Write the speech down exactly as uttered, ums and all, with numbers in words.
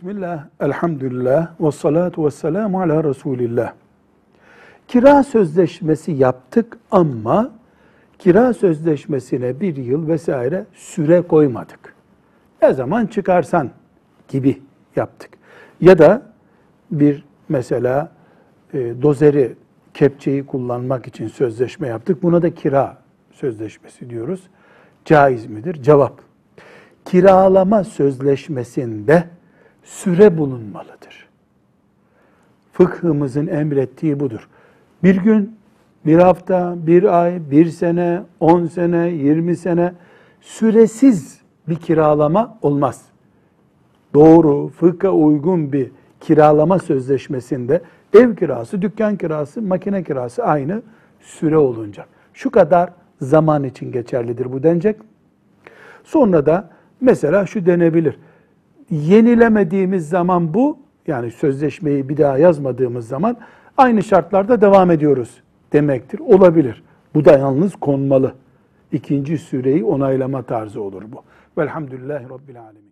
Bismillah, elhamdülillah, ve salatu ve selamu ala Resulillah. Kira sözleşmesi yaptık ama kira sözleşmesine bir yıl vesaire süre koymadık. Ne zaman çıkarsan gibi yaptık. Ya da bir mesela e, dozeri, kepçeyi kullanmak için sözleşme yaptık. Buna da kira sözleşmesi diyoruz. Caiz midir? Cevap. Kiralama sözleşmesinde süre bulunmalıdır. Fıkhımızın emrettiği budur. Bir gün, bir hafta, bir ay, bir sene, on sene, yirmi sene süresiz bir kiralama olmaz. Doğru, fıkha uygun bir kiralama sözleşmesinde ev kirası, dükkan kirası, makine kirası aynı süre olunca. Şu kadar zaman için geçerlidir bu denecek. Sonra da mesela şu denebilir. Yenilemediğimiz zaman bu, yani sözleşmeyi bir daha yazmadığımız zaman aynı şartlarda devam ediyoruz demektir. Olabilir. Bu da yalnız konmalı. İkinci süreyi onaylama tarzı olur bu. Velhamdülillahi Rabbil Alemin.